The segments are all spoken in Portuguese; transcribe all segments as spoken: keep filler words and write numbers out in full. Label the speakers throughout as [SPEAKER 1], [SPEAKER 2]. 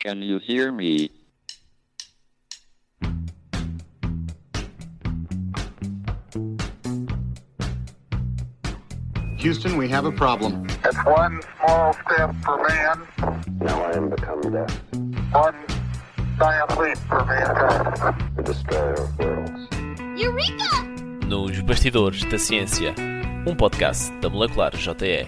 [SPEAKER 1] Can you hear me?
[SPEAKER 2] Houston, we have a problem.
[SPEAKER 3] It's one small step for man.
[SPEAKER 4] Now I am become death,
[SPEAKER 3] One giant leap for mankind.
[SPEAKER 4] the destroyer of worlds.
[SPEAKER 5] Eureka!
[SPEAKER 6] Nos Bastidores da Ciência, um podcast da Molecular J E.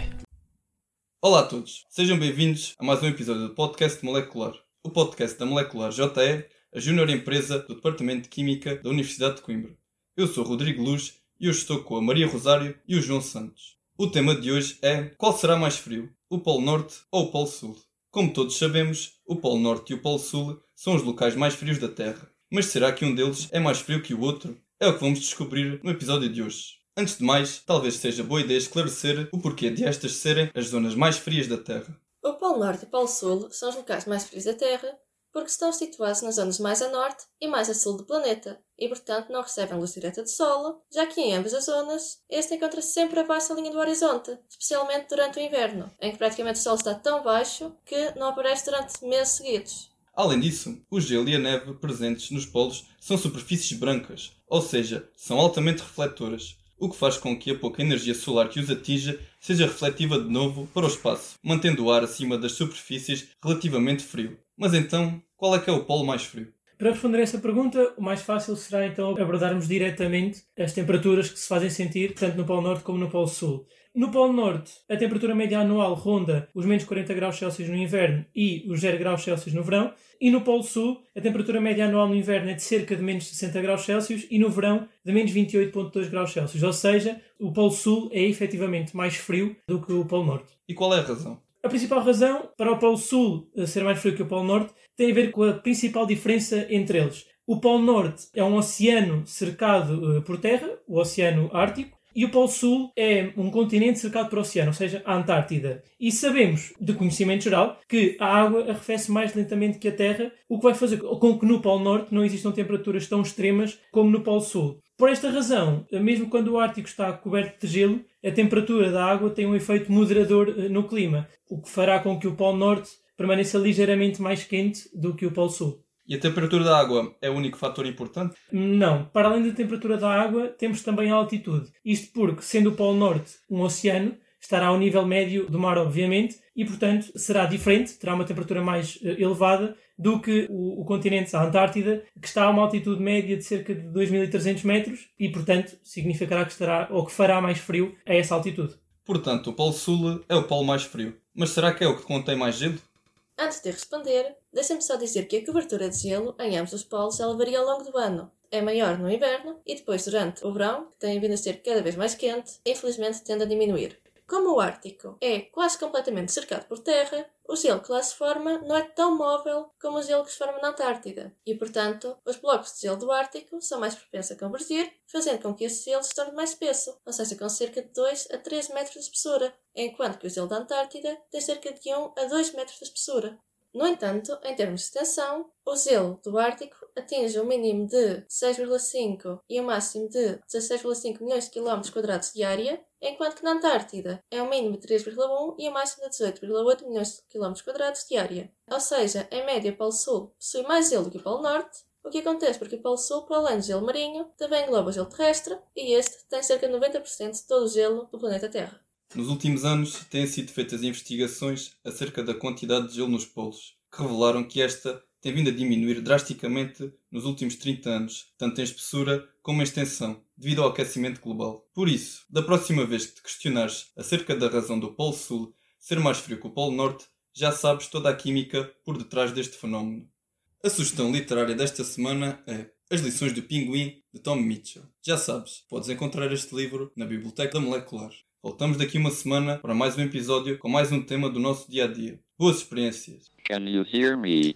[SPEAKER 7] Olá a todos, sejam bem-vindos a mais um episódio do podcast Molecular, o podcast da Molecular J E, a júnior empresa do Departamento de Química da Universidade de Coimbra. Eu sou Rodrigo Luz e hoje estou com a Maria Rosário e o João Santos. O tema de hoje é: qual será mais frio, o Polo Norte ou o Polo Sul? Como todos sabemos, o Polo Norte e o Polo Sul são os locais mais frios da Terra. Mas será que um deles é mais frio que o outro? É o que vamos descobrir no episódio de hoje. Antes de mais, talvez seja boa ideia esclarecer o porquê de estas serem as zonas mais frias da Terra.
[SPEAKER 8] O Polo Norte e o Polo Sul são os locais mais frios da Terra porque estão situados nas zonas mais a norte e mais a sul do planeta e, portanto, não recebem luz direta do Sol, já que em ambas as zonas este encontra-se sempre abaixo da linha do horizonte, especialmente durante o inverno, em que praticamente o Sol está tão baixo que não aparece durante meses seguidos.
[SPEAKER 7] Além disso, o gelo e a neve presentes nos polos são superfícies brancas, ou seja, são altamente refletoras, o que faz com que a pouca energia solar que os atinja seja refletiva de novo para o espaço, mantendo o ar acima das superfícies relativamente frio. Mas então, qual é que é o polo mais frio?
[SPEAKER 9] Para responder a essa pergunta, o mais fácil será então abordarmos diretamente as temperaturas que se fazem sentir tanto no Polo Norte como no Polo Sul. No Polo Norte, a temperatura média anual ronda os menos quarenta graus Celsius no inverno e os zero graus Celsius no verão, e no Polo Sul, a temperatura média anual no inverno é de cerca de menos sessenta graus Celsius e no verão de menos vinte e oito vírgula dois graus Celsius, ou seja, o Polo Sul é efetivamente mais frio do que o Polo Norte.
[SPEAKER 7] E qual é a razão?
[SPEAKER 9] A principal razão para o Polo Sul ser mais frio que o Polo Norte tem a ver com a principal diferença entre eles. O Polo Norte é um oceano cercado uh, por terra, o Oceano Ártico, e o Polo Sul é um continente cercado por oceano, ou seja, a Antártida. E sabemos, de conhecimento geral, que a água arrefece mais lentamente que a Terra, o que vai fazer com que no Polo Norte não existam temperaturas tão extremas como no Polo Sul. Por esta razão, mesmo quando o Ártico está coberto de gelo, a temperatura da água tem um efeito moderador no clima, o que fará com que o Polo Norte permaneça ligeiramente mais quente do que o Polo Sul.
[SPEAKER 7] E a temperatura da água é o único fator importante?
[SPEAKER 9] Não. Para além da temperatura da água, temos também a altitude. Isto porque, sendo o Polo Norte um oceano, estará ao nível médio do mar, obviamente, e, portanto, será diferente, terá uma temperatura mais uh, elevada do que o, o continente, a Antártida, que está a uma altitude média de cerca de dois mil e trezentos metros e, portanto, significará que estará ou que fará mais frio a essa altitude.
[SPEAKER 7] Portanto, o Polo Sul é o polo mais frio. Mas será que é o que contém mais gelo?
[SPEAKER 8] Antes de responder, deixem-me só dizer que a cobertura de gelo em ambos os polos ela varia ao longo do ano. É maior no inverno e depois durante o verão, que tem vindo a ser cada vez mais quente, infelizmente tende a diminuir. Como o Ártico é quase completamente cercado por terra, o gelo que lá se forma não é tão móvel como o gelo que se forma na Antártida e, portanto, os blocos de gelo do Ártico são mais propensos a convergir, fazendo com que esse gelo se torne mais espesso, ou seja, com cerca de dois a três metros de espessura, enquanto que o gelo da Antártida tem cerca de um a dois metros de espessura. No entanto, em termos de extensão, o gelo do Ártico atinge um mínimo de seis vírgula cinco e um máximo de dezasseis vírgula cinco milhões de quilómetros quadrados de área, enquanto que na Antártida é um mínimo de três vírgula um e um máximo de dezoito vírgula oito milhões de quilómetros quadrados de área. Ou seja, em média o Polo Sul possui mais gelo do que o Polo Norte, o que acontece porque o Polo Sul, para além do gelo marinho, também engloba o gelo terrestre e este tem cerca de noventa por cento de todo o gelo do planeta Terra.
[SPEAKER 7] Nos últimos anos, têm sido feitas investigações acerca da quantidade de gelo nos polos, que revelaram que esta tem vindo a diminuir drasticamente nos últimos trinta anos, tanto em espessura como em extensão, devido ao aquecimento global. Por isso, da próxima vez que te questionares acerca da razão do Polo Sul ser mais frio que o Polo Norte, já sabes toda a química por detrás deste fenómeno. A sugestão literária desta semana é As Lições do Pinguim, de Tom Mitchell. Já sabes, podes encontrar este livro na Biblioteca da Molecular. Voltamos daqui uma semana para mais um episódio com mais um tema do nosso dia-a-dia. Boas experiências!
[SPEAKER 1] Can you hear me?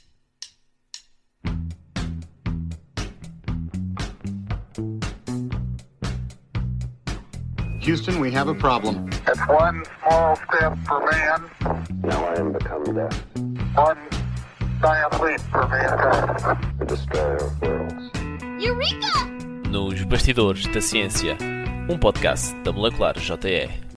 [SPEAKER 2] Houston, we have a problem.
[SPEAKER 3] It's one small step for man.
[SPEAKER 4] Now I am become death,
[SPEAKER 3] One giant leap for mankind.
[SPEAKER 4] the destroyer of worlds.
[SPEAKER 5] Eureka!
[SPEAKER 6] Nos Bastidores da Ciência, um podcast da Molecular J E.